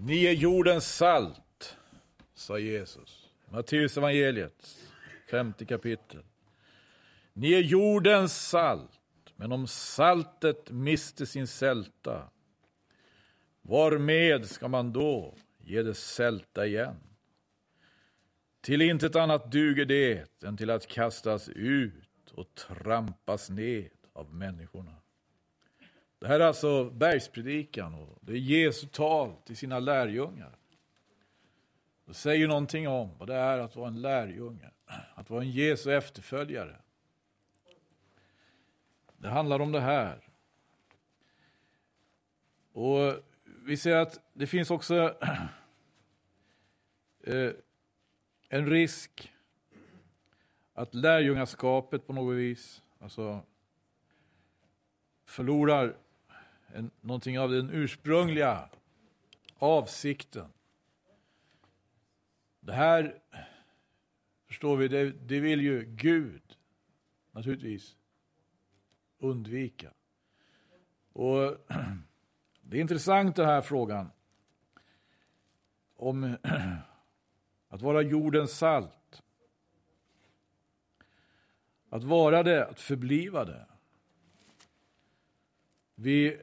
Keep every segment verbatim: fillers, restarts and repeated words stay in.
Ni är jordens salt, sa Jesus. Matteus evangeliet, femte kapitel. Ni är jordens salt, men om saltet mister sin sälta, varmed ska man då ge det sälta igen? Till intet annat duger det än till att kastas ut och trampas ned av människorna. Det här är alltså bergspredikan och det är Jesu tal till sina lärjungar. Det säger någonting om vad det är att vara en lärjunge, att vara en Jesu efterföljare. Det handlar om det här. Och vi ser att det finns också eh, en risk att lärjungaskapet på något vis alltså förlorar en, någonting av den ursprungliga avsikten. Det här förstår vi, det, det vill ju Gud naturligtvis undvika. Och det är intressant den här frågan om att vara jordens salt. Att vara det, att förbliva det. Vi,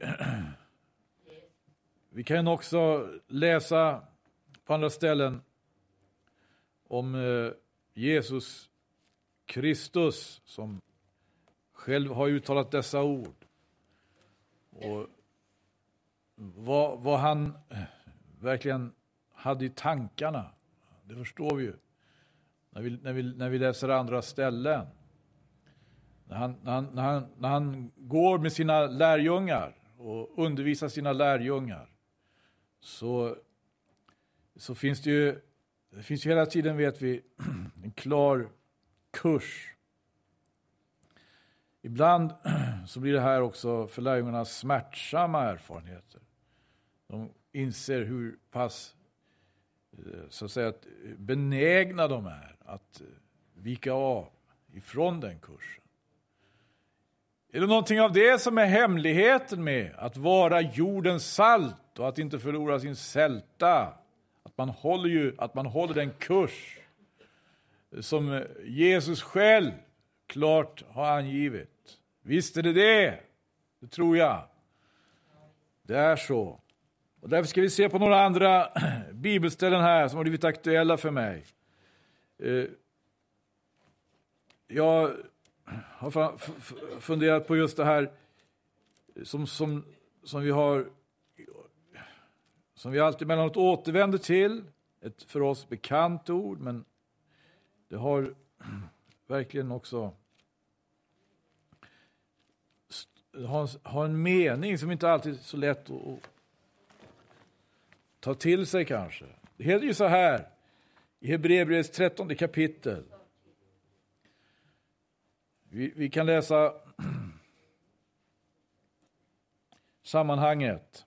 vi kan också läsa på andra ställen om Jesus Kristus som själv har uttalat dessa ord. Och vad, vad han verkligen hade i tankarna, det förstår vi ju när vi, när vi, när vi läser andra ställen. När han, när, han, när, han, när han går med sina lärjungar och undervisar sina lärjungar så, så finns det ju det finns ju hela tiden, vet vi, en klar kurs. Ibland så blir det här också för lärjungarna smärtsamma erfarenheter. De inser hur pass så att säga benägna de är att vika av ifrån den kursen. Är det någonting av det som är hemligheten med att vara jordens salt och att inte förlora sin sälta? Att man håller ju, att man håller den kurs som Jesus själv klart har angivit. Visst är det det? Det tror jag. Det är så. Och därför ska vi se på några andra bibelställen här som har blivit aktuella för mig. Jag har funderat på just det här som, som, som vi har som vi alltid mellanåt återvänder till. Ett för oss bekant ord, men det har verkligen också har, har en mening som inte alltid är så lätt att, att ta till sig kanske. Det heter ju så här i Hebreerbrevets trettonde kapitel. Vi, vi kan läsa sammanhanget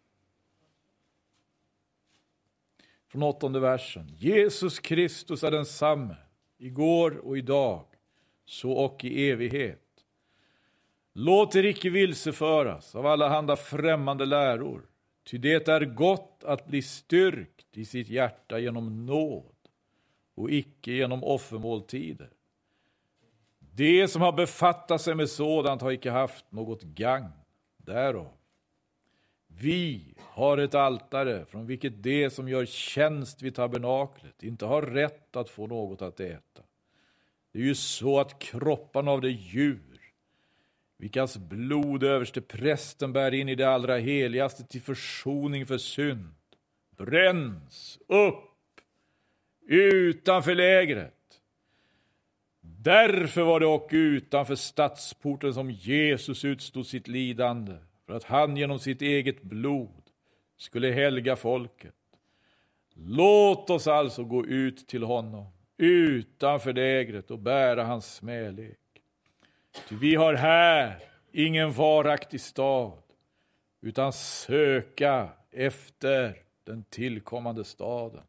från åttonde versen. Jesus Kristus är densamme igår och idag, så och i evighet. Låt er icke vilseföras av alla handa främmande läror, ty det är gott att bli styrkt i sitt hjärta genom nåd och icke genom offermåltider. Det som har befattat sig med sådant har icke haft något gagn därav. Vi har ett altare från vilket det som gör tjänst vid tabernaklet inte har rätt att få något att äta. Det är ju så att kropparna av det djur, vilkas blod överste prästen bär in i det allra heligaste till försoning för synd, bränns upp utanför lägret. Därför var det och utanför stadsporten som Jesus utstod sitt lidande, för att han genom sitt eget blod skulle helga folket. Låt oss alltså gå ut till honom utanför lägret och bära hans smälek. Ty vi har här ingen varaktig stad, utan söka efter den tillkommande staden.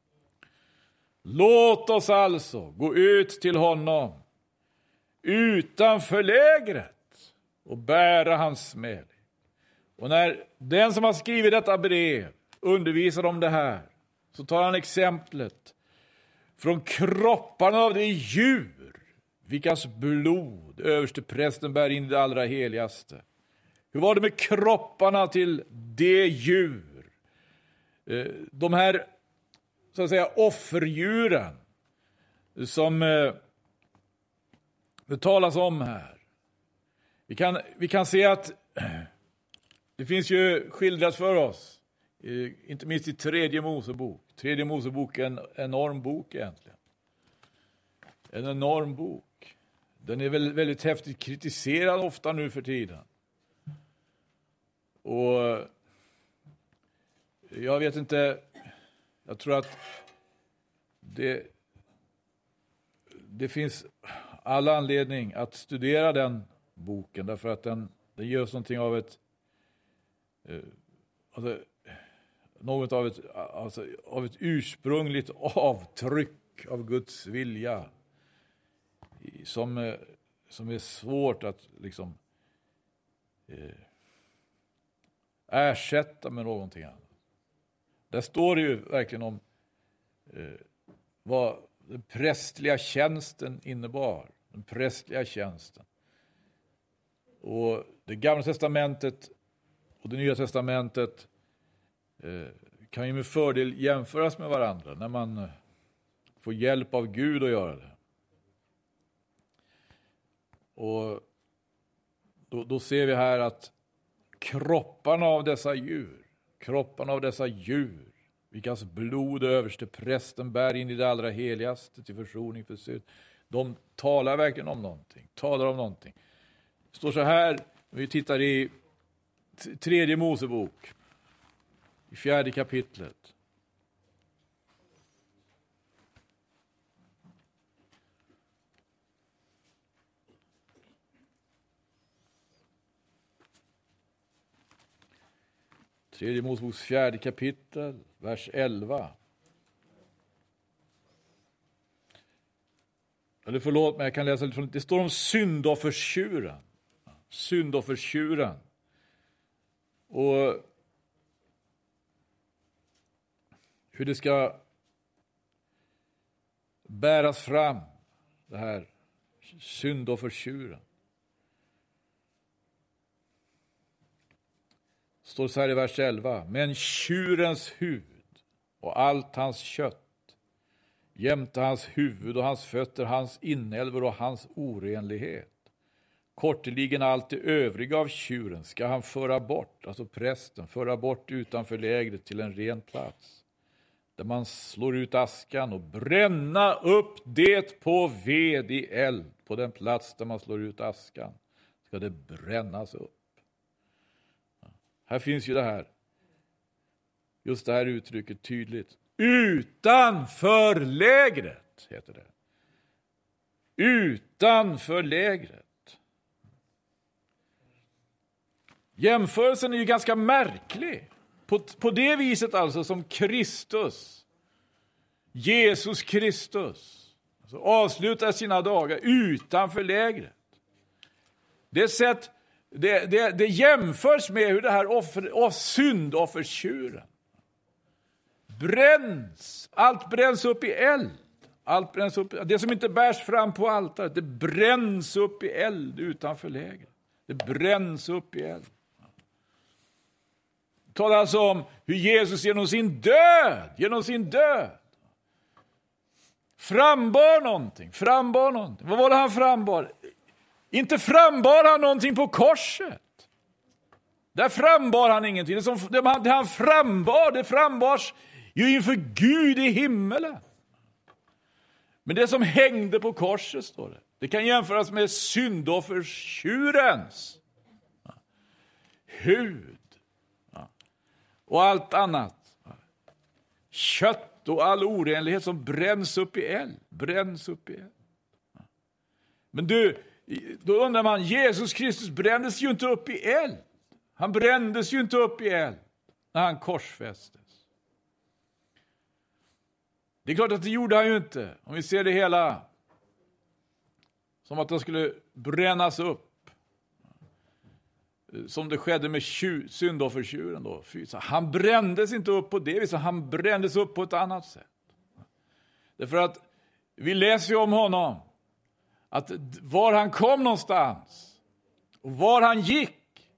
Låt oss alltså gå ut till honom utanför lägret och bära hans smälek. Och när den som har skrivit detta brev undervisar om det här så tar han exemplet från kropparna av det djur vilkas blod översteprästen bär in i det allra heligaste. Hur var det med kropparna till det djur? De här, så att säga, offerdjuren som det talas om här. Vi kan, vi kan se att det finns ju skildrat för oss, inte minst i tredje Mosebok. Tredje Mosebok är en enorm bok egentligen. En enorm bok. Den är väldigt, väldigt häftigt kritiserad ofta nu för tiden. Och jag vet inte, jag tror att det, det finns all anledning att studera den boken, därför att den, den gör någonting av ett eh, alltså, något av ett, alltså, av ett ursprungligt avtryck av Guds vilja som, som är svårt att liksom eh, ersätta med någonting annat. Där står det ju verkligen om eh, vad den prästliga tjänsten innebar. Den prästliga tjänsten. Och det gamla testamentet och det nya testamentet eh, kan ju med fördel jämföras med varandra när man eh, får hjälp av Gud att göra det. Och då, då ser vi här att kropparna av dessa djur, kropparna av dessa djur, vilkas blod överste prästen bär in i det allra heligaste till försoning för synd, de talar verkligen om någonting, talar om någonting. Det står så här, vi tittar i tredje Mosebok, i fjärde kapitlet. Tredje Moseboks fjärde kapitel, vers elva. Eller förlåt mig, jag kan läsa lite från, det står om syndoffertjuren. Syndoffertjuren. Och hur det ska bäras fram, det här syndoffertjuren. Står så här i vers elva. Men tjurens huvud och allt hans kött, jämte hans huvud och hans fötter, hans inälvor och hans orenlighet, korteligen allt det övriga av tjuren ska han föra bort, alltså prästen, föra bort utanför lägret till en ren plats, där man slår ut askan och bränna upp det på ved i eld. På den plats där man slår ut askan ska det brännas upp. Här finns ju det här, just det här uttrycket tydligt. Utanför lägret heter det. Utanför lägret. Jämförelsen är ju ganska märklig. På, på det viset alltså som Kristus, Jesus Kristus, alltså avslutar sina dagar utanför lägret. Det sätt Det, det, det jämförs med hur det här offer, syndoffertjuren bränns. Allt bränns upp i eld. Allt bränns upp, det som inte bärs fram på altaret, det bränns upp i eld utanför lägret. Det bränns upp i eld. Det talar alltså om hur Jesus genom sin död, genom sin död frambar någonting. Frambar någonting. Vad var det han frambar? Inte frambar han någonting på korset. Där frambar han ingenting. Det, som, det han frambar, det frambars ju inför Gud i himmelen. Men det som hängde på korset, står det, det kan jämföras med syndoffertjurens hud och allt annat. Kött och all orenlighet som bränns upp i eld. Bränns upp i eld. Men du, då undrar man, Jesus Kristus brändes ju inte upp i eld. Han brändes ju inte upp i eld när han korsfästes. Det är klart att det gjorde han ju inte. Om vi ser det hela som att han skulle brännas upp. som det skedde med syndoffertjuren då. Så han brändes inte upp på det viset, han brändes upp på ett annat sätt. Därför att vi läser ju om honom att var han kom någonstans och var han gick,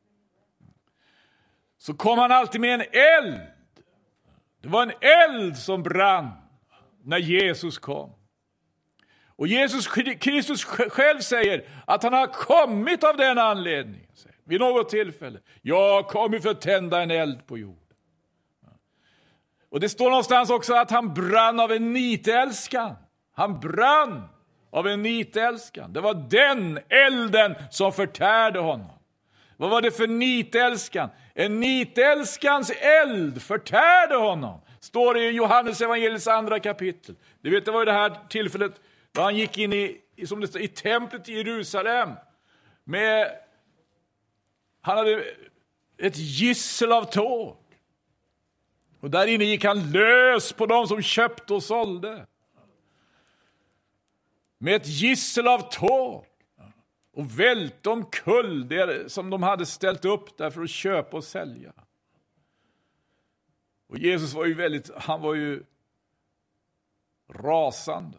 så kom han alltid med en eld. Det var en eld som brann när Jesus kom. Och Jesus Kristus själv säger att han har kommit av den anledningen. Vid något tillfälle. Jag kommer för att tända en eld på jorden. Och det står någonstans också att han brann av en nitälskan. Han brann av en nitälskan. Det var den elden som förtärde honom. Vad var det för nitälskan? En nitälskans eld förtärde honom. Står det i Johannes evangeliets andra kapitel. Det vet, det var ju det här tillfället då han gick in i, som det står, i templet i Jerusalem. Med, han hade ett gissel av tåg. Och där inne gick han lös på dem som köpte och sålde. Med ett gissel av tåg. Och välte omkull det som de hade ställt upp där för att köpa och sälja. Och Jesus var ju väldigt, han var ju rasande.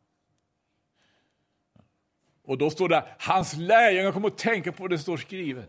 Och då står det, hans lärjungar kommer att tänka på det står skrivet.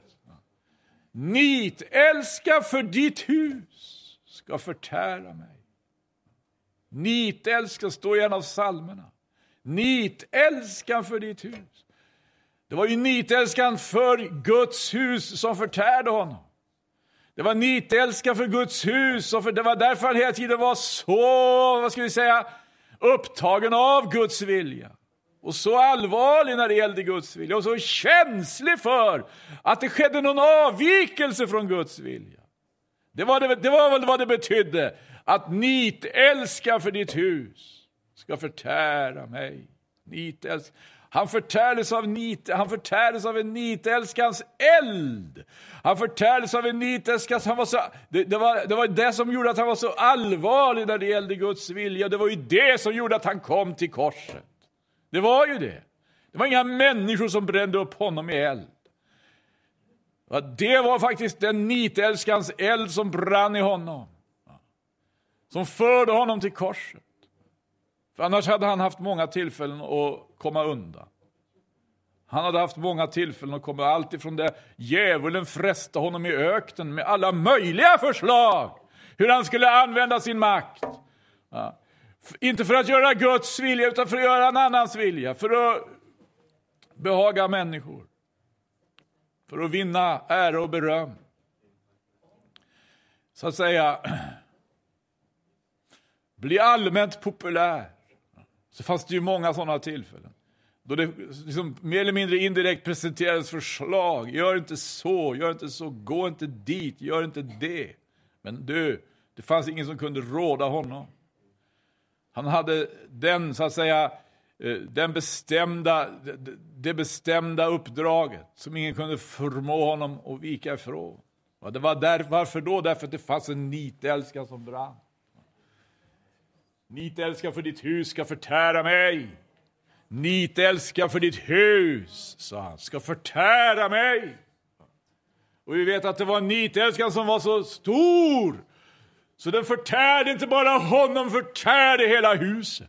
Nitälska för ditt hus ska förtära mig. Nitälska står i en av psalmerna. Nitälskan för ditt hus. Det var ju nitälskan för Guds hus som förtärde honom. Det var nitälskan för Guds hus. Och för, det var därför han hela tiden var så, vad ska vi säga, upptagen av Guds vilja. Och så allvarlig när det gällde Guds vilja. Och så känslig för att det skedde någon avvikelse från Guds vilja. Det var, det, det var väl vad det betydde. Att nitälska för ditt hus ska förtära mig. Nitälska. Han förtärdes av nit, han förtärdes av en nitälskans eld. Han förtärdes av en nitälskans, han var så, det, det, var, det var det som gjorde att han var så allvarlig när det gällde Guds vilja. Det var ju det som gjorde att han kom till korset. Det var ju det. Det var inga människor som brände upp honom i eld. Det var faktiskt den nitälskans eld som brann i honom. Som förde honom till korset. För annars hade han haft många tillfällen att komma undan. Han hade haft många tillfällen att komma allt ifrån det. Djävulen frestade honom i öknen med alla möjliga förslag. Hur han skulle använda sin makt. Ja. Inte för att göra Guds vilja utan för att göra en annans vilja. För att behaga människor. För att vinna ära och beröm. Så att säga. Bli allmänt populär. Så fanns det ju många sådana tillfällen. Då det liksom mer eller mindre indirekt presenterades förslag. Gör inte så, gör inte så, gå inte dit, gör inte det. Men du, det fanns ingen som kunde råda honom. Han hade den, så att säga, den bestämda, det bestämda uppdraget som ingen kunde förmå honom att vika ifrån. Och det var där, varför då? Därför att det fanns en nitälskan som brann. Nitälska för ditt hus ska förtära mig. Nitälska för ditt hus, sa han, ska förtära mig. Och vi vet att det var en nitälskan som var så stor. Så den förtärde inte bara honom, förtärde hela huset.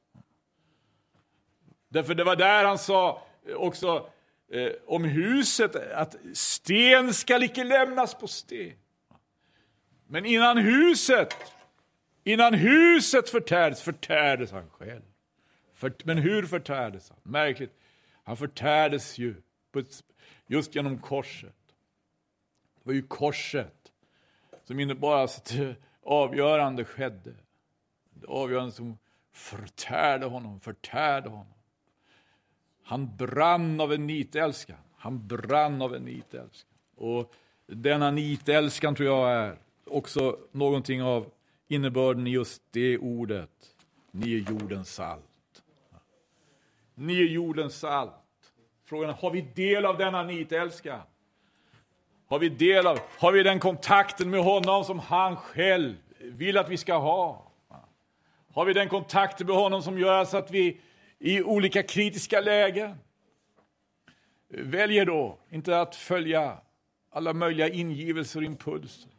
Därför det var där han sa också eh, om huset att sten ska icke lämnas på sten. Men innan huset Innan huset förtärdes, förtärdes han själv. För, men hur förtärdes han? Märkligt. Han förtärdes ju på ett, just genom korset. Det var ju korset som innebar att det avgörande skedde. Det avgörande som förtärde honom, förtärde honom. Han brann av en nitälskan. Han brann av en nitälskan. Och denna nitälskan tror jag är också någonting av innebörden i just det ordet. Ni är jordens salt. Ni är jordens salt. Frågan är, har vi del av denna nitälskan? Har vi del av, har vi den kontakten med honom som han själv vill att vi ska ha? Har vi den kontakten med honom som gör så att vi i olika kritiska lägen väljer då inte att följa alla möjliga ingivelser och impulser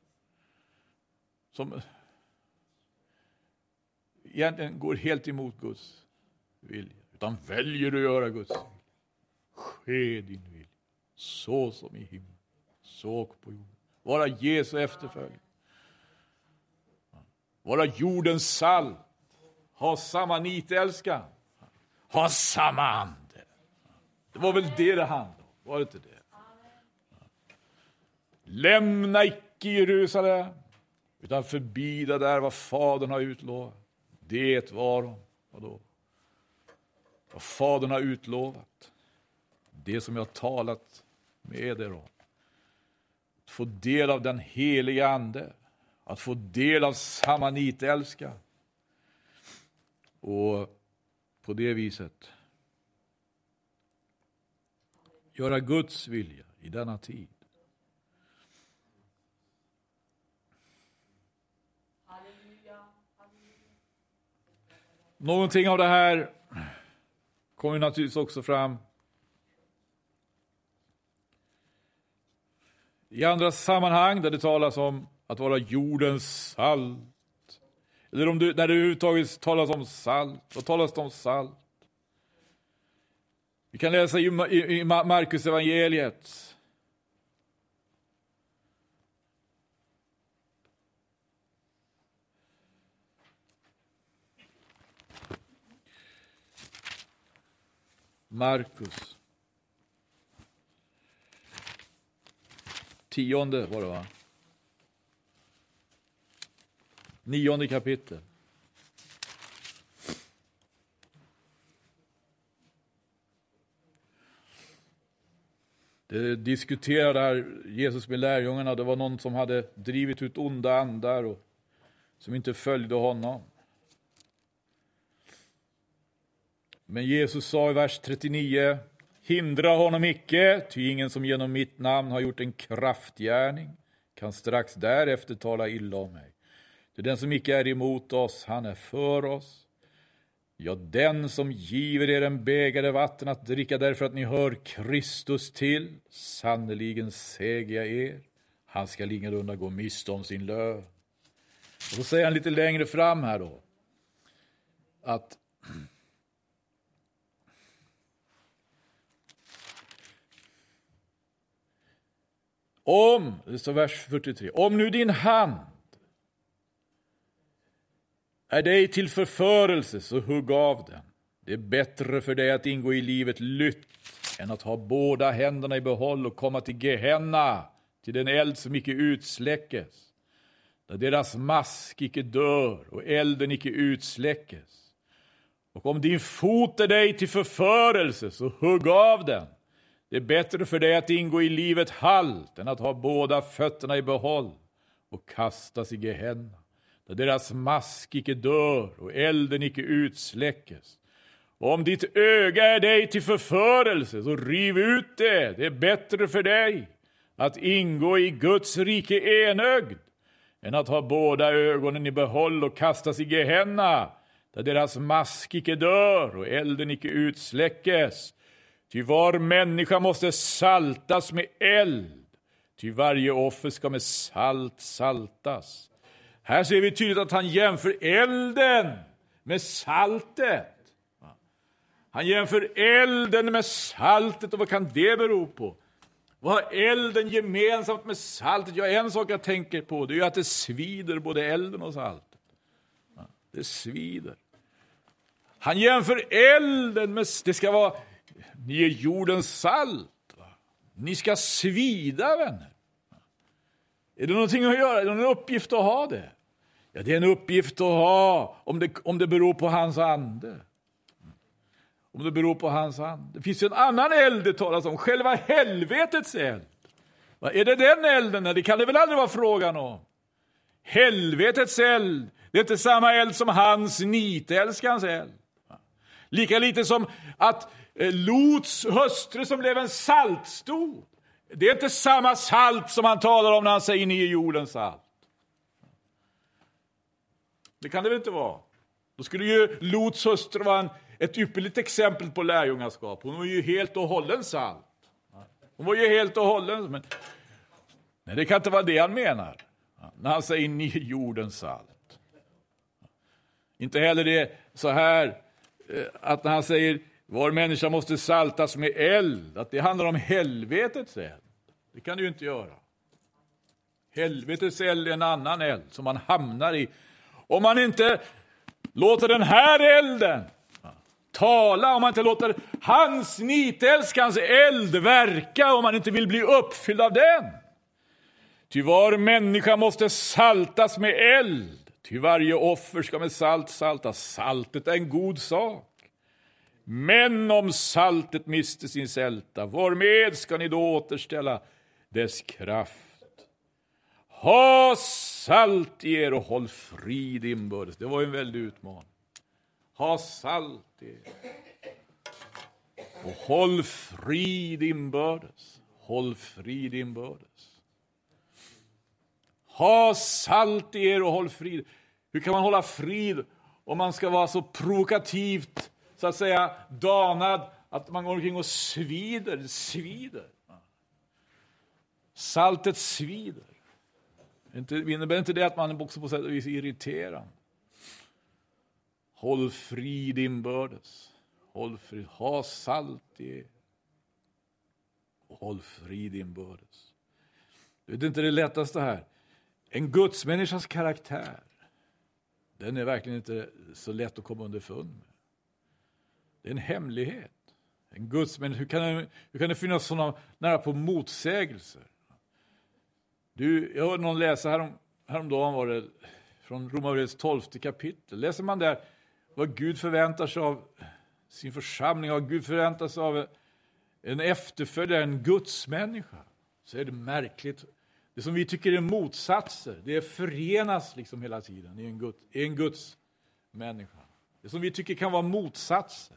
som egentligen går helt emot Guds vilja. Utan väljer du att göra Guds vilja. Ske din vilja. Så som i himlen. Så på jorden. Vara Jesu efterföljare. Vara jordens salt. Ha samma nitälskan. Ha samma ande. Det var väl det det handlade om. Var det inte det? Lämna icke Jerusalem. Utan förbida där vad Fadern har utlovat. Det var de. Vadå? Vad Fadern har utlovat. Det som jag har talat med er om. Att få del av den heliga ande. Att få del av samma nitälska. Och på det viset göra Guds vilja i denna tid. Någonting av det här kommer naturligtvis också fram i andra sammanhang där det talas om att vara jordens salt. Eller om du, när det överhuvudtaget talas om salt. Vad talas det om salt? Vi kan läsa i, i, i Markus evangeliet. Markus. Tionde var det, va? Nionde kapitel. Det diskuterade här Jesus med lärjungarna. Det var någon som hade drivit ut onda andar och som inte följde honom. Men Jesus sa i vers trettionio: hindra honom icke, ty ingen som genom mitt namn har gjort en kraftgärning kan strax därefter tala illa om mig. Ty den som icke är emot oss, han är för oss. Ja, den som giver er en bägare vatten att dricka därför att ni hör Kristus till, sannoliken säger jag er, han ska ingalunda gå miste om sin lön. Och då säger han lite längre fram här då, att om, det står vers fyrtiotre, om nu din hand är dig till förförelse, så hugg av den. Det är bättre för dig att ingå i livet lytt än att ha båda händerna i behåll och komma till Gehenna, till den eld som icke utsläckes, där deras mask icke dör och elden icke utsläckes. Och om din fot är dig till förförelse, så hugg av den. Det är bättre för dig att ingå i livet halt än att ha båda fötterna i behåll och kastas i Gehenna, där deras mask icke dör och elden icke utsläckes. Och om ditt öga är dig till förförelse, så riv ut det. Det är bättre för dig att ingå i Guds rike enögd än att ha båda ögonen i behåll och kastas i Gehenna, där deras mask icke dör och elden icke utsläckes. Ty var människa måste saltas med eld, ty varje offer ska med salt saltas. Här ser vi tydligt att han jämför elden med saltet. Han jämför elden med saltet, och vad kan det bero på? Vad har elden gemensamt med saltet? Ja, en sak jag tänker på, det är ju att det svider både elden och saltet. Det svider. Han jämför elden med, det ska vara, ni är jordens salt. Va? Ni ska svida, vänner. Är det någonting att göra? Är det en uppgift att ha det? Ja, det är en uppgift att ha om det, om det beror på hans ande. Om det beror på hans ande. Det finns ju en annan eld det talas om. Själva helvetets eld. Va? Är det den elden? Det kan det väl aldrig vara frågan om. Helvetets eld. Det är inte samma eld som hans nitälskans eld. Va? Lika lite som att eh, Lots hustru som blev en saltstod. Det är inte samma salt som han talar om när han säger ni är jordens salt. Det kan det väl inte vara. Då skulle ju Lots hustru vara en, ett ypperligt exempel på lärjungaskap. Hon var ju helt och hållen salt. Hon var ju helt och hållen. Men Nej, det kan inte vara det han menar. När han säger ni är jordens salt. Inte heller det så här att när han säger var människa måste saltas med eld. Att det handlar om helvetets eld. Det kan du ju inte göra. Helvetets eld är en annan eld som man hamnar i. Om man inte låter den här elden tala, om man inte låter hans nitälskans eld verka, om man inte vill bli uppfylld av den. Ty var människa måste saltas med eld. Ty varje offer ska med salt saltas. Saltet är en god sak. Men om saltet mister sin sälta, varmed ska ni då återställa dess kraft? Ha salt i er och håll frid inbördes. Det var en väldig utmaning. Ha salt i er och håll frid inbördes. Håll frid inbördes. Ha salt i er och håll frid. Hur kan man hålla frid om man ska vara så provokativt, så att säga, danad att man går omkring och svider, svider. Saltet svider. Inte, innebär inte det att man också på sätt och vis irriterar? Håll frid inbördes. Håll frid. Ha salt i er. Och håll frid inbördes. Det är inte det lättaste här. En gudsmänniskas karaktär, den är verkligen inte så lätt att komma underfund med. Det är en hemlighet. En gudsmänniska, hur kan det, hur kan det finnas sådana nära på motsägelser? Du, jag hörde någon läsa härom, häromdagen var det från Romarbrevets tolfte kapitel. Läser man där vad Gud förväntar sig av sin församling, vad Gud förväntar sig av en efterföljare, en gudsmänniska, så är det märkligt. Det som vi tycker är motsatser, det förenas liksom hela tiden i en, Gud, i en Guds människa. Det som vi tycker kan vara motsatser,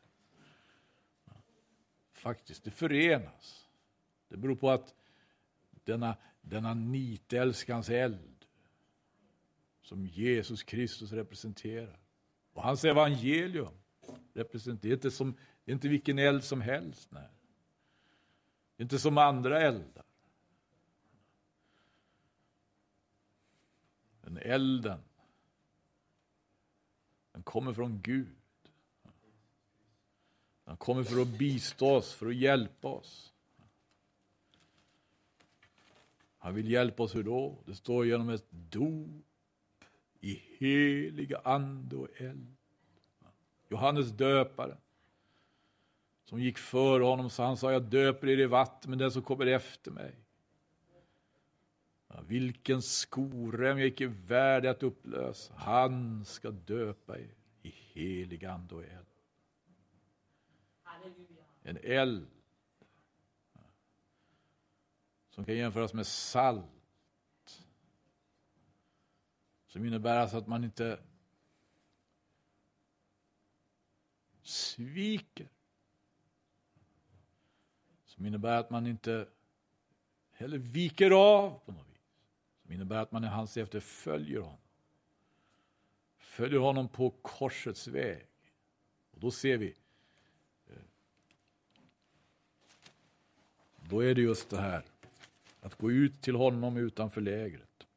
faktiskt, det förenas. Det beror på att denna, denna nitälskans eld som Jesus Kristus representerar. Och hans evangelium representerar, det är inte, som, det är inte vilken eld som helst. Nej. Det är inte som andra eldar. Den elden, den kommer från Gud. Den kommer för att bistå oss, för att hjälpa oss. Han vill hjälpa oss hur då? Det står genom ett dop i heliga ande och eld. Johannes döparen, som gick för honom, så han sa, jag döper er i vatten, men den som kommer efter mig, ja, vilken skorem jag icke är värd att upplösa, han ska döpa er i helig ande och eld. En eld som kan jämföras med salt, som innebär alltså att man inte sviker, som innebär att man inte heller viker av på något vis, som innebär att man i hans efter följer honom följer honom på korsets väg. Och då ser vi, då är det just det här att gå ut till honom utanför lägret,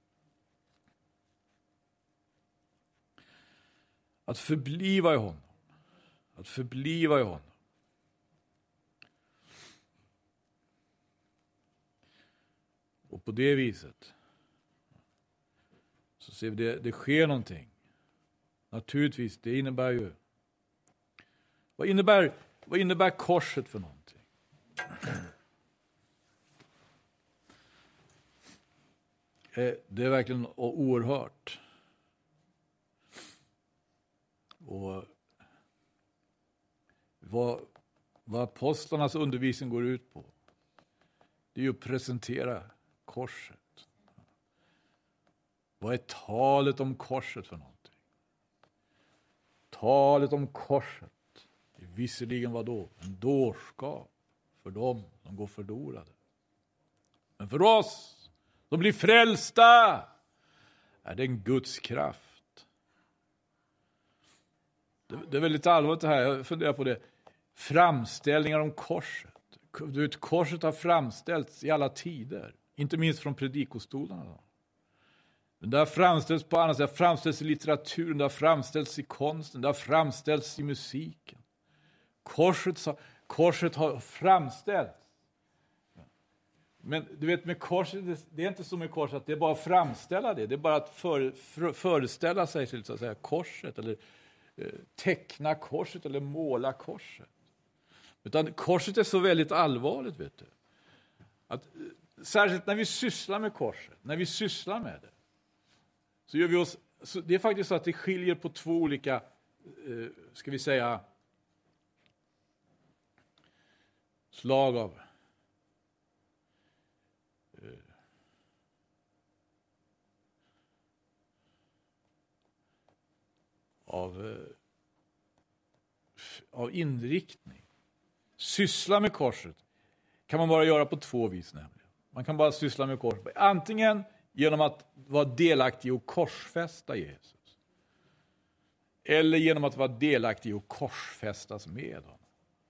att förbliva i honom, att förbliva i honom. Och på det viset så ser vi det, det sker någonting. Naturligtvis, det innebär ju, vad innebär, vad innebär korset för någonting? Det är verkligen oerhört. Och vad, vad apostlarnas undervisning går ut på, det är ju att presentera korset. Vad är talet om korset för någonting? Talet om korset är visserligen vad då? En dårskap för dem som går förlorade. Men för oss som blir frälsta är det en Guds kraft. Det, det är väldigt allvarligt det här. Jag funderar på det. Framställningar om korset. Du vet, korset har framställts i alla tider. Inte minst från predikostolarna. Då. Men det har framställts på annat sätt. Det har framställts i litteraturen, det har framställts i konsten, det har framställts i musiken. Korset, korset har framställts. Men du vet, med korset, det är inte så med korset att det är bara att framställa det. Det är bara att för, för, föreställa sig till så att säga, korset, eller eh, teckna korset, eller måla korset. Utan korset är så väldigt allvarligt, vet du. Att, särskilt när vi sysslar med korset, när vi sysslar med det, så gör vi oss, så det är faktiskt så att det skiljer på två olika, eh, ska vi säga, slag av eh, av, eh, av inriktning. Syssla med korset kan man bara göra på två vis nämligen. Man kan bara syssla med korset. Antingen genom att vara delaktig och korsfästa Jesus. Eller genom att vara delaktig och korsfästas med honom.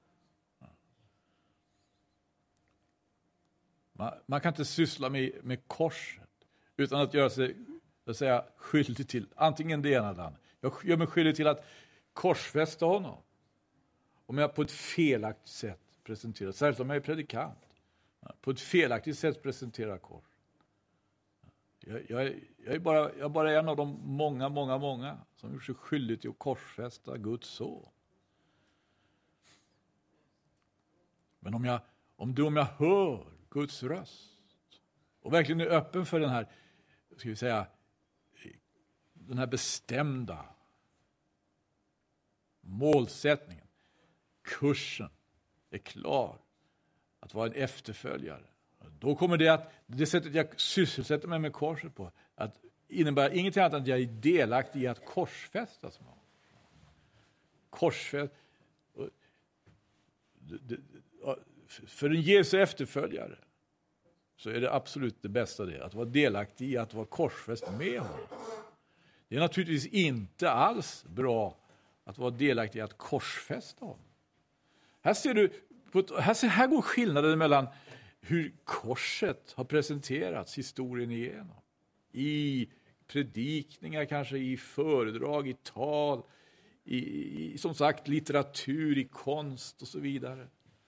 Man, man kan inte syssla med, med korset utan att göra sig att säga, skyldig till antingen det ena eller andra. Jag gör mig skyldig till att korsfästa honom. Om jag på ett felaktigt sätt presenterar, särskilt om jag är predikant, på ett felaktigt sätt presenterar kors. Jag, jag, jag, är bara, jag är bara en av de många, många, många som gjort sig skyldig till att korsfästa Guds son. Men om jag, om du, om jag hör Guds röst och verkligen är öppen för den här, ska vi säga, den här bestämda målsättningen, kursen är klar att vara en efterföljare. Då kommer det att, det sättet jag sysselsätter mig med korset på, att innebär ingenting annat än att jag är delaktig i att korsfästas med honom. Korsfäst. För en Jesu efterföljare så är det absolut det bästa det, att vara delaktig i att vara korsfäst med honom. Det är naturligtvis inte alls bra att vara delaktig i att korsfästa honom. Här ser du, här, ser, här går skillnaden mellan hur korset har presenterats historien igenom. I predikningar, kanske i föredrag, i tal, i, i som sagt litteratur, i konst och så vidare.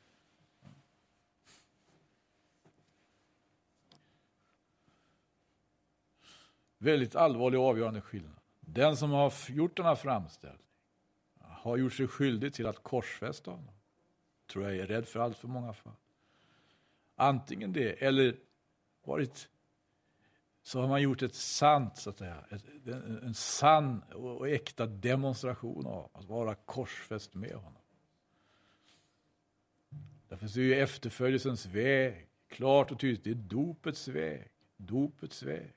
Väldigt allvarlig och avgörande skillnad. Den som har gjort den här framställningen har gjort sig skyldig till att korsfästa honom. Tror jag är rädd för allt för många fall. Antingen det, eller varit, så har man gjort ett sant, så att säga, ett, en, en sann och äkta demonstration av att vara korsfäst med honom. Därför så är ju efterföljelsens väg klart och tydligt, det är dopets väg. Dopets väg.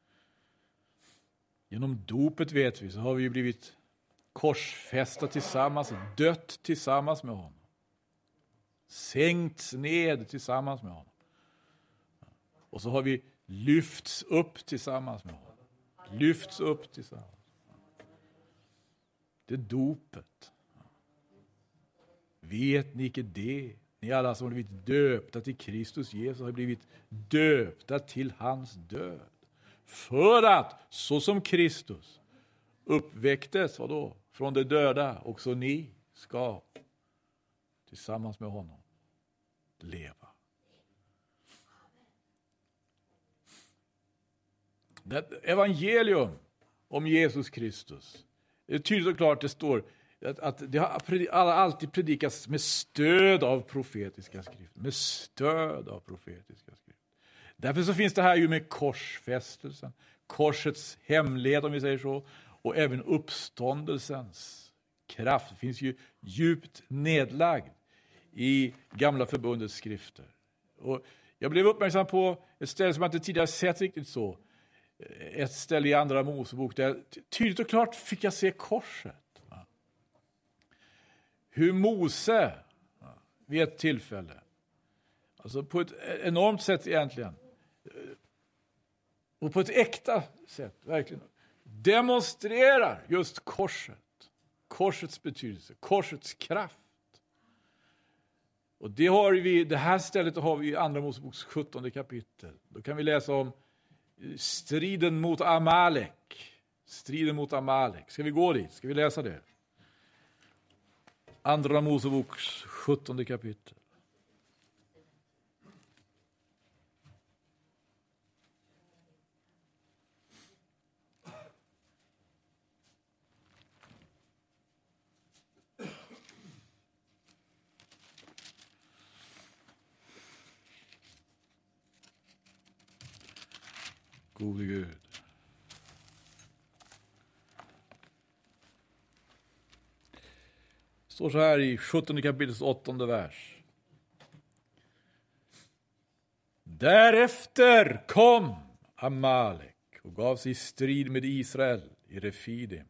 Genom dopet vet vi så har vi blivit korsfästa tillsammans, dött tillsammans med honom. Sänkts ned tillsammans med honom. Och så har vi lyfts upp tillsammans med honom. Lyfts upp tillsammans. Det är dopet. Vet ni inte det? Ni alla som har blivit döpta till Kristus Jesus har blivit döpta till hans död. För att, så som Kristus uppväcktes vadå? Från de döda, också ni ska tillsammans med honom leva. Det evangelium om Jesus Kristus, det är tydligt och klart det står att, att det har alltid predikats med stöd av profetiska skrifter. Med stöd av profetiska skrifter. Därför så finns det här ju med korsfästelsen, korsets hemlighet om vi säger så, och även uppståndelsens kraft. Det finns ju djupt nedlagd i gamla förbundets skrifter. Och jag blev uppmärksam på ett ställe som jag inte tidigare sett riktigt så. Ett ställe i andra Mosebok där tydligt och klart fick jag se korset. Hur Mose vid ett tillfälle, alltså på ett enormt sätt egentligen, och på ett äkta sätt verkligen demonstrerar just korset. Korsets betydelse, korsets kraft. Och det, har vi, det här stället har vi i Andra Moseboks sjuttonde kapitel. Då kan vi läsa om striden mot Amalek. Striden mot Amalek. Ska vi gå dit? Ska vi läsa det? Andra Moseboks sjuttonde kapitel. Gode Gud. Det står så här i sjuttonde kapitels åttonde vers. Därefter kom Amalek och gav sig i strid med Israel i Refidim.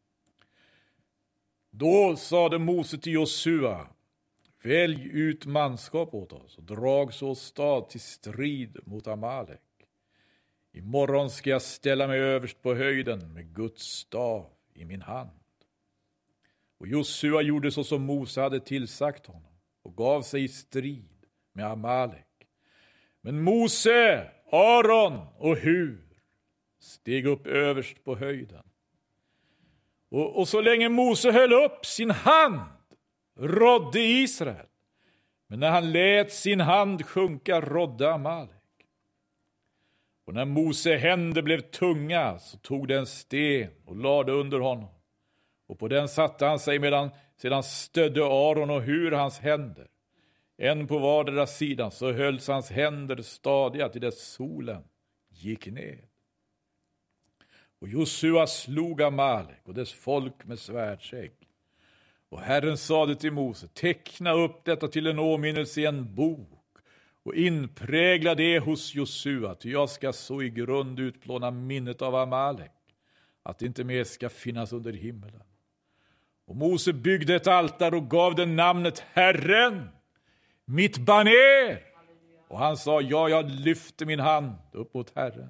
Då sade Mose till Josua: välj ut manskap åt oss och drag så stad till strid mot Amalek. Imorgon ska jag ställa mig överst på höjden med Guds stav i min hand. Och Josua gjorde så som Mose hade tillsagt honom och gav sig i strid med Amalek. Men Mose, Aron och Hur steg upp överst på höjden. Och, och så länge Mose höll upp sin hand rådde Israel. Men när han lät sin hand sjunka rådde Amalek. Och när Mose händer blev tunga så tog den sten och lade under honom. Och på den satte han sig medan sedan stödde Aron och Hur hans händer. En på vardera sidan, så hölls hans händer stadiga till dess solen gick ned. Och Josua slog Amalek och dess folk med svärdsägg. Och Herren sade till Mose: teckna upp detta till en åminnelse i en bok och inprägla det hos Josua, ty jag ska så i grund utplåna minnet av Amalek att det inte mer ska finnas under himmelen. Och Mose byggde ett altare och gav den namnet Herren, mitt baner. Och han sa: ja, jag lyfter min hand upp mot Herren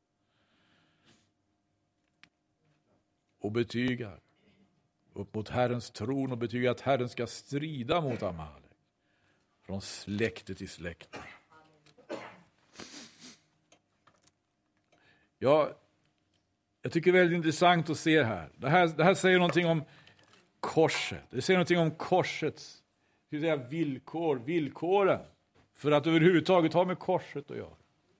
och betygar upp mot Herrens tron och betygar att Herren ska strida mot Amalek från släkte till släkte. Ja, jag tycker det är väldigt intressant att se här. Det här, det här säger någonting om korset. Det säger någonting om korsets ska säga, villkor, villkoren för att överhuvudtaget ha med korset att göra.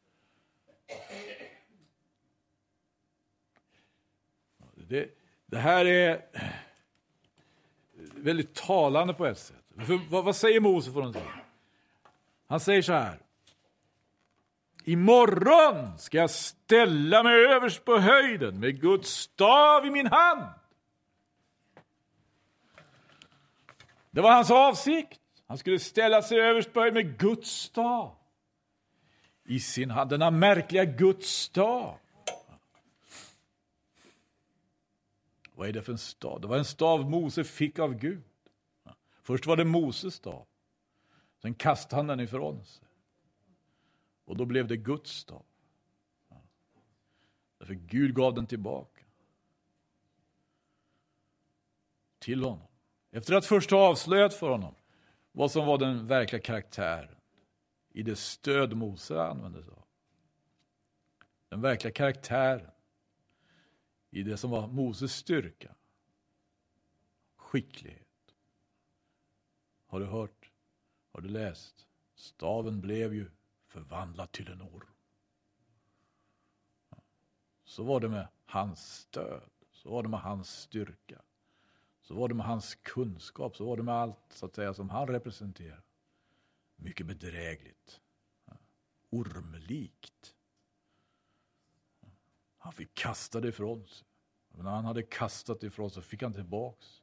Det, det här är väldigt talande på ett sätt. För, vad, vad säger Mose för någonting? Han säger så här: imorgon ska jag ställa mig överst på höjden med Guds stav i min hand. Det var hans avsikt. Han skulle ställa sig överst på höjden med Guds stav i sin hand. Denna märkliga Guds stav. Vad är det för en stav? Det var en stav Mose fick av Gud. Först var det Moses stav. Sen kastade han den ifrån sig. Och då blev det Guds stav. Därför Gud gav den tillbaka till honom. Efter att först ha avslöjat för honom vad som var den verkliga karaktären i det stöd Mose använde sig av. Den verkliga karaktären i det som var Moses styrka. Skicklighet. Har du hört? Har du läst? Staven blev ju förvandlad till en orm. Så var det med hans stöd. Så var det med hans styrka. Så var det med hans kunskap. Så var det med allt så att säga som han representerar. Mycket bedrägligt. Ormlikt. Han fick kasta det ifrån sig. Men när han hade kastat det ifrån sig fick han tillbaks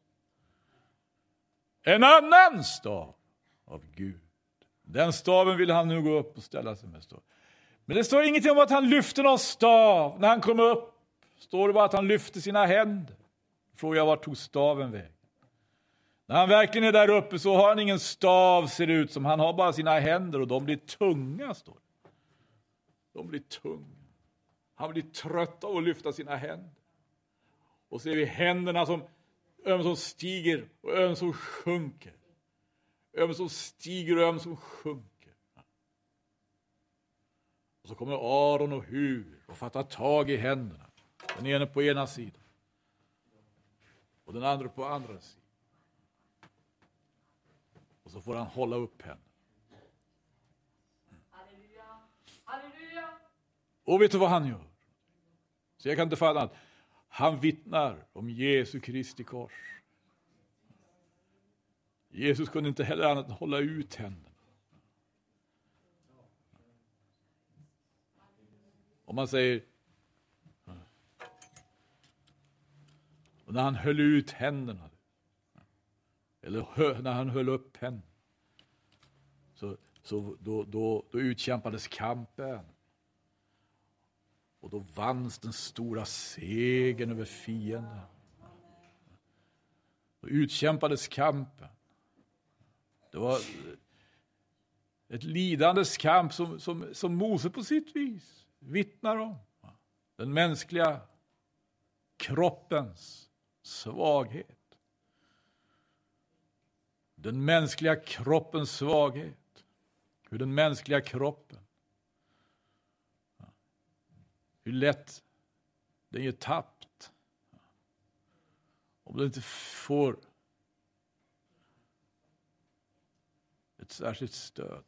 en annan stav av Gud. Den staven vill han nu gå upp och ställa sig med. Stå. Men det står ingenting om att han lyfte någon stav. När han kom upp står det bara att han lyfte sina händer. Frågar jag, vart tog staven väg? När han verkligen är där uppe så har han ingen stav, ser det ut som. Han har bara sina händer och de blir tunga, står det. De blir tunga. Han blir trött av att lyfta sina händer. Och ser vi händerna som ömsom stiger och ömsom sjunker. öm som stiger och öm som sjunker. Och så kommer Aron och Hur och fattar tag i händerna. Den ene på ena sidan och den andra på andra sidan. Och så får han hålla upp henne. Halleluja. Halleluja. Och vet du vad han gör? Så jag kan inte fatta att han vittnar om Jesu Kristi kors. Jesus kunde inte heller annat än hålla ut händerna. Om man säger, och när han höll ut händerna, eller när han höll upp henne, så, så då, då, då utkämpades kampen. Och då vanns den stora segern över fienden. Då utkämpades kampen. Det var ett lidandes kamp som, som, som Mose på sitt vis vittnar om. Den mänskliga kroppens svaghet. Den mänskliga kroppens svaghet. Hur den mänskliga kroppen, hur lätt den ger tappt. Om den inte får ett särskilt stöd.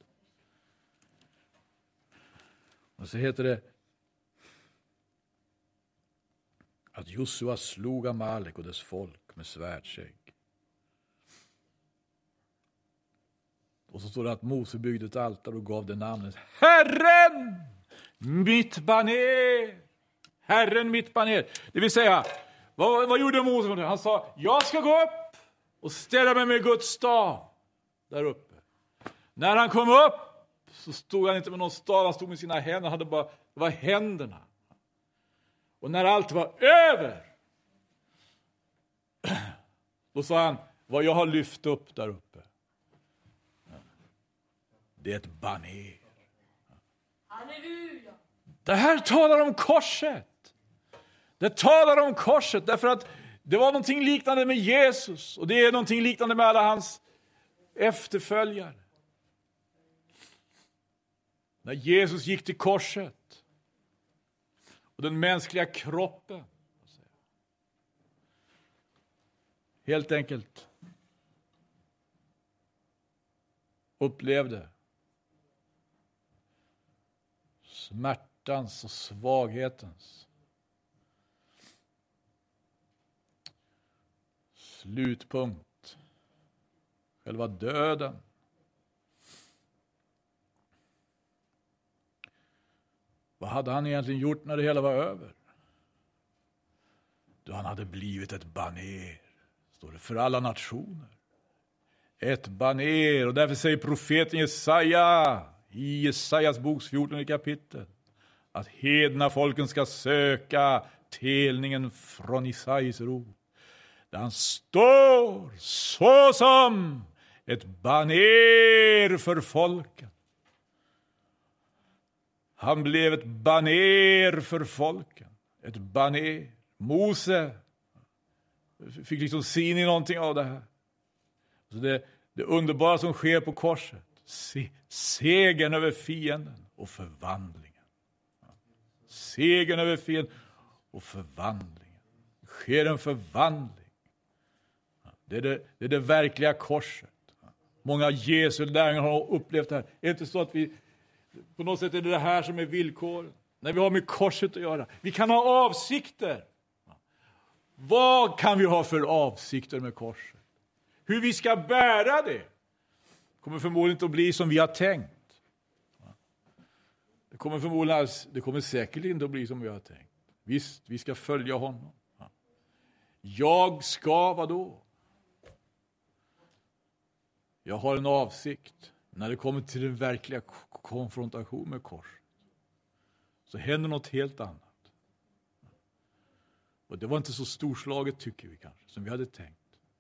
Och så heter det att Josua slog Amalek och dess folk med svärdskägg. Och så står det att Mose byggde ett altare och gav det namnet Herren mitt baner. Herren mitt baner. Det vill säga, vad, vad gjorde Mose? Han sa, jag ska gå upp och ställa mig med Guds stav där uppe. När han kom upp så stod han inte med någon stav, han stod med sina händer, han hade bara, det var händerna. Och när allt var över, då sa han, vad jag har lyft upp där uppe, det är ett baner. Halleluja. Det här talar om korset. Det talar om korset därför att det var någonting liknande med Jesus. Och det är någonting liknande med alla hans efterföljare. När Jesus gick till korset och den mänskliga kroppen helt enkelt upplevde smärtans och svaghetens slutpunkt, själva döden. Vad hade han egentligen gjort när det hela var över? Då han hade blivit ett baner, står det, för alla nationer. Ett baner, och därför säger profeten Jesaja i Jesajas boks fjortonde kapitel att hedna folken ska söka telningen från Isais ro. Där han står så som ett baner för folken. Han blev ett baner för folken. Ett baner. Mose fick liksom se in i någonting av det här. Så det, det underbara som sker på korset. Se, segern över fienden och förvandlingen. Segern över fienden och förvandlingen. Det sker en förvandling. Det är det, det är det verkliga korset. Många Jesu lärjungar har upplevt det här. Det är inte så att vi, på något sätt är det det här som är villkoren. När vi har med korset att göra. Vi kan ha avsikter. Vad kan vi ha för avsikter med korset? Hur vi ska bära det kommer förmodligen inte att bli som vi har tänkt. Det kommer förmodligen, det kommer säkert inte att bli som vi har tänkt. Visst, vi ska följa honom. Jag ska, vadå? Jag har en avsikt. När det kommer till den verkliga konfrontation med korset så händer något helt annat. Och det var inte så storslaget, tycker vi kanske, som vi hade tänkt.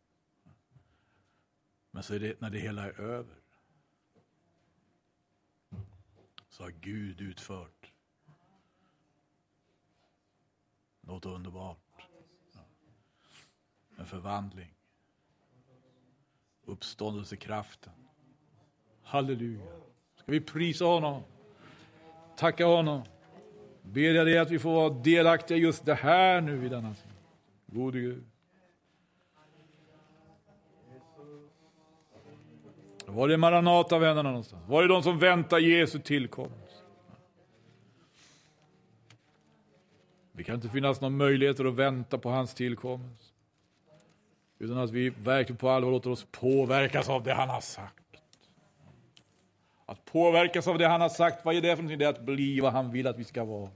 Men så är det, när det hela är över, så har Gud utfört något underbart. En förvandling. Uppståndelsekraften Halleluja. Ska vi prisa honom? Tacka honom. Ber jag dig att vi får vara delaktiga just det här nu i denna tid. Gode Gud. Var är Maranata-vännerna någonstans? Var är de som väntar Jesu tillkomst? Det kan inte finnas någon möjlighet att vänta på hans tillkomst. Utan att vi verkligen på allvar låter oss påverkas av det han har sagt. Att påverkas av det han har sagt, vad är det för någonting? Det är att bli vad han vill att vi ska vara.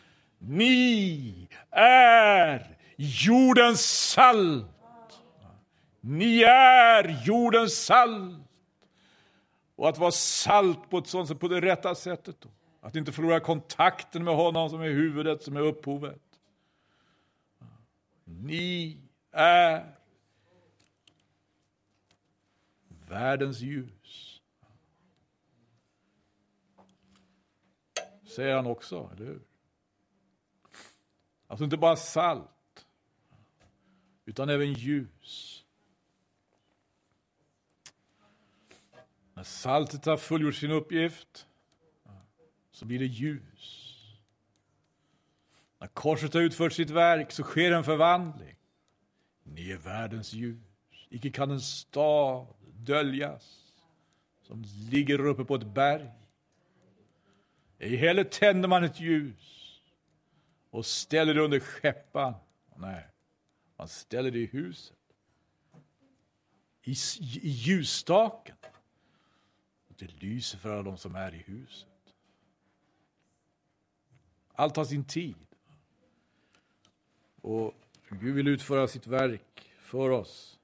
Ni är jordens salt. Ni är jordens salt. Och att vara salt på ett sånt sätt, på det rätta sättet då. Att inte förlora kontakten med honom som är huvudet, som är upphovet. Ni är världens ljus. Säger han också, eller hur? Alltså inte bara salt, utan även ljus. När saltet har fullgjort sin uppgift så blir det ljus. När korset har utfört sitt verk så sker en förvandling. Ni är världens ljus. Icke kan en stad döljas som ligger uppe på ett berg. I heller tänder man ett ljus och ställer det under skeppan. Nej, man ställer det i huset. I, i ljusstaken. Det lyser för alla de som är i huset. Allt har sin tid. Och Gud vill utföra sitt verk för oss.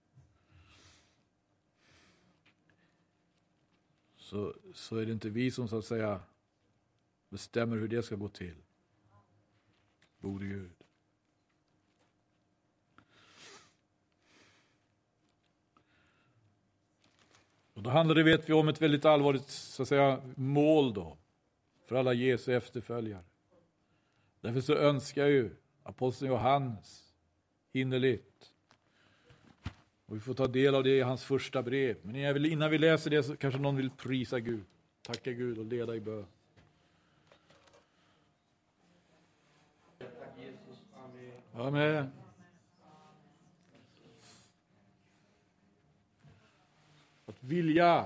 Så, så är det inte vi som så att säga bestämmer hur det ska gå till. Gode Gud. Och då handlar det, vet vi, om ett väldigt allvarligt så att säga, mål då. För alla Jesu efterföljare. Därför så önskar ju aposteln Johannes innerligt. Och vi får ta del av det i hans första brev. Men innan vi läser det så kanske någon vill prisa Gud. Tacka Gud och leda i bön. Amen. Att vilja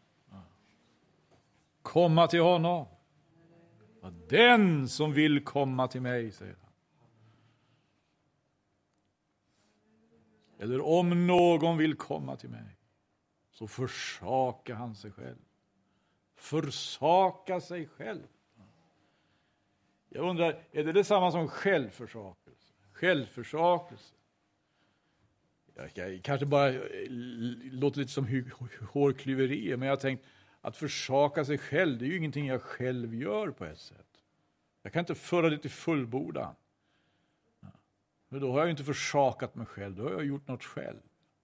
komma till honom. Att den som vill komma till mig, säger han. Eller om någon vill komma till mig, så försaka han sig själv. Försaka sig själv. Jag undrar, är det detsamma som självförsakelse? Självförsakelse. Jag kanske bara låter lite som hårklyverier, men jag har tänkt att försaka sig själv, det är ju ingenting jag själv gör på ett sätt. Jag kan inte föra det till fullbordan. Men då har jag ju inte försakat mig själv, då har jag gjort något själv.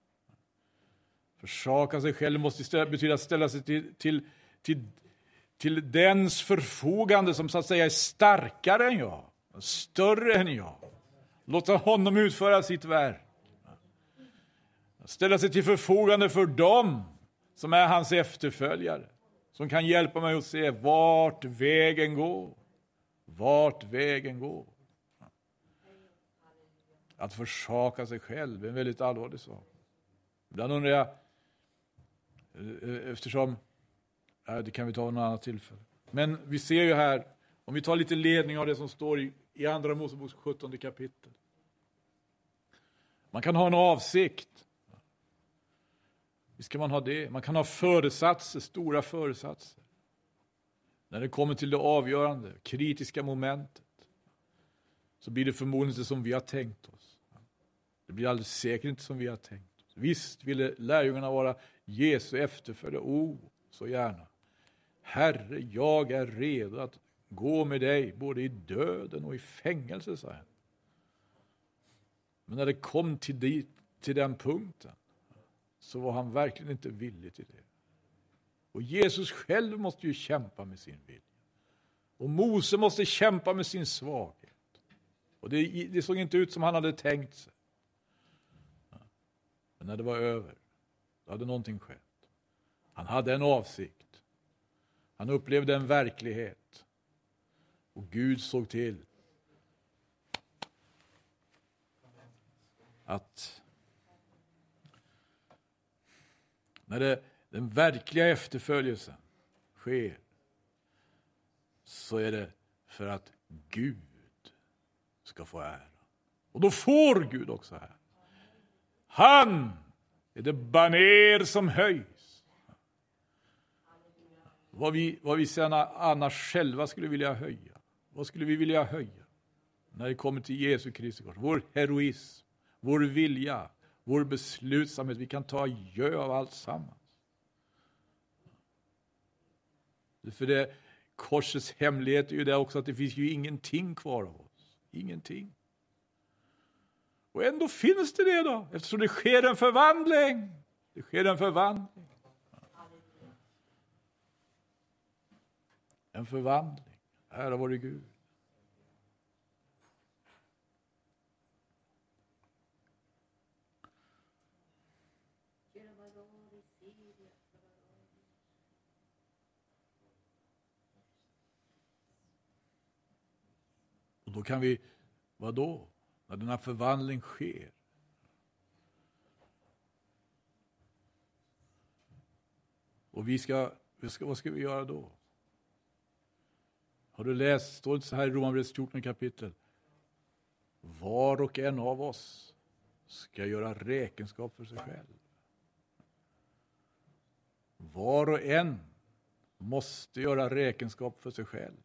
Försaka sig själv måste istället betyda att ställa sig till, till, till, till dens förfogande som så att säga är starkare än jag, större än jag. Låta honom utföra sitt verk. Ställa sig till förfogande för dem som är hans efterföljare. Som kan hjälpa mig att se vart vägen går. Vart vägen går. Att försaka sig själv är en väldigt allvarlig sak. Ibland undrar jag, eftersom, det kan vi ta någon annan tillfälle. Men vi ser ju här, om vi tar lite ledning av det som står i, i andra Moseboks sjuttonde kapitel. Man kan ha en avsikt. Visst kan man ha det. Man kan ha föresatser, stora föresatser. När det kommer till det avgörande, kritiska momentet, så blir det förmodligen inte som vi har tänkt oss. Det blir alldeles säkert inte som vi har tänkt oss. Visst ville lärjungarna vara Jesu efterföljare. Oh, så gärna. Herre, jag är redo att gå med dig både i döden och i fängelse, sa han. Men när det kom till, dit, till den punkten, så var han verkligen inte villig till det. Och Jesus själv måste ju kämpa med sin vilja. Och Mose måste kämpa med sin svaghet. Och det, det såg inte ut som han hade tänkt sig. Men när det var över, då hade någonting skett. Han hade en avsikt. Han upplevde en verklighet. Och Gud såg till att när det, den verkliga efterföljelsen sker, så är det för att Gud ska få ära. Och då får Gud också ära. Han är det baner som höjs. Vad vi, vad vi sen annars själva skulle vilja höja. Vad skulle vi vilja höja när det kommer till Jesu Kristi kors? Vår heroism, vår vilja, vår beslutsamhet. Vi kan ta gö av allt sammans. För det korsets hemlighet är ju det också att det finns ju ingenting kvar av oss. Ingenting. Och ändå finns det det då. Eftersom det sker en förvandling. Det sker en förvandling. En förvandling. Ära vare Gud. Och då kan vi, vad då? När den här förvandling sker. Och vi ska, vi ska, vad ska vi göra då? Har du läst, står det så här i Romarbrevets fjortonde kapitel. Var och en av oss ska göra räkenskap för sig själv. Var och en måste göra räkenskap för sig själv.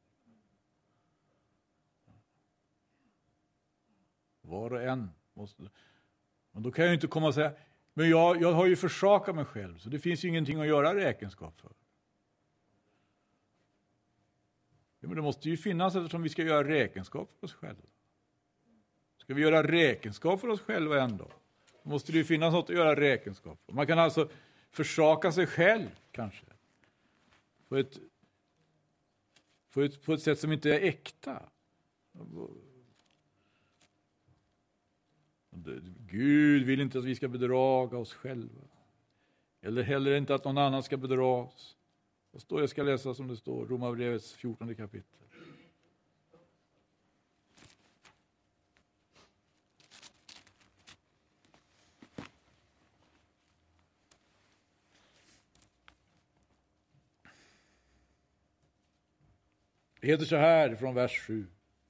Var och en måste. Men då kan jag inte komma och säga, men jag, jag har ju försakat mig själv, så det finns ju ingenting att göra räkenskap för. Ja, men det måste ju finnas eftersom vi ska göra räkenskap för oss själva. Ska vi göra räkenskap för oss själva ändå? Då måste det ju finnas något att göra räkenskap för. Man kan alltså försaka sig själv kanske. På ett, på ett, på ett sätt som inte är äkta. Gud vill inte att vi ska bedraga oss själva. Eller heller inte att någon annan ska bedra oss. Det står, jag ska läsa som det står, Romarbrevets fjortonde kapitel. Det heter så här från vers sju.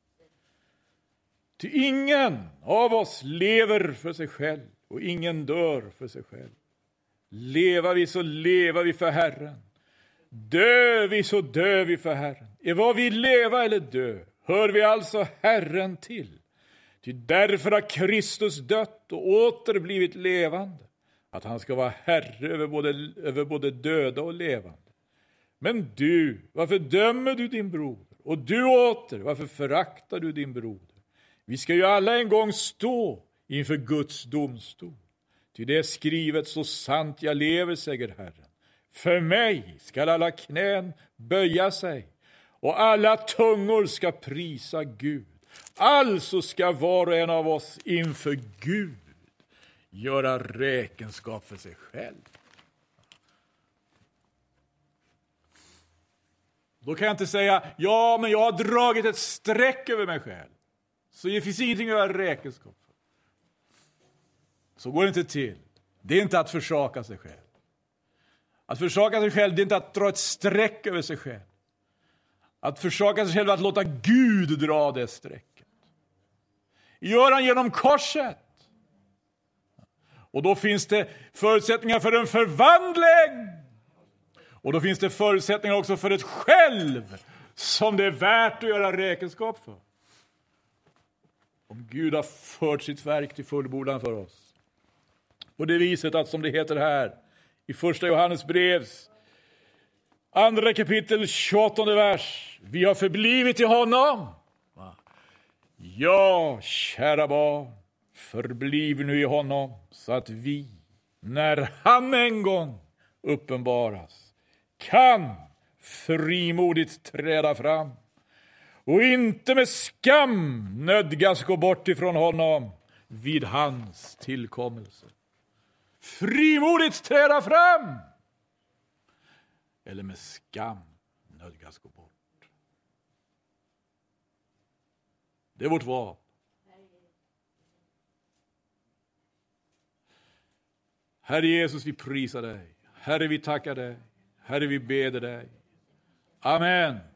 Ty ingen av oss lever för sig själv och ingen dör för sig själv. Lever vi så lever vi för Herren. Dör vi så dör vi för Herren. Är vad vi leva eller dö, hör vi alltså Herren till. Ty därför har Kristus dött och åter blivit levande. Att han ska vara herre över både, över både döda och levande. Men du, varför dömer du din broder? Och du åter, varför föraktar du din broder? Vi ska ju alla en gång stå inför Guds domstol. Ty det är skrivet så sant jag lever, säger Herren. För mig ska alla knän böja sig och alla tungor ska prisa Gud. Alltså ska var och en av oss inför Gud göra räkenskap för sig själv. Då kan jag inte säga, ja men jag har dragit ett streck över mig själv. Så det finns ingenting att göra räkenskap för. Så går det inte till. Det är inte att försaka sig själv. Att försaka sig själv, det är inte att dra ett streck över sig själv. Att försaka sig själv är att låta Gud dra det strecket. Gör han genom korset. Och då finns det förutsättningar för en förvandling. Och då finns det förutsättningar också för ett själv som det är värt att göra räkenskap för. Om Gud har fört sitt verk till fullbordan för oss. På det viset att, som det heter här i första Johannes brevs andra kapitel tjugoåttonde vers, vi har förblivit i honom. Ja, kära barn, förbliv nu i honom så att vi, när han en gång uppenbaras, kan frimodigt träda fram och inte med skam nödgas gå bort ifrån honom vid hans tillkommelse. Frimodigt träda fram. eller med skam nödgas gå bort. Det är vårt val. Herre Jesus, vi prisar dig. Herre, vi tackar dig. Herre, vi beder dig. Amen.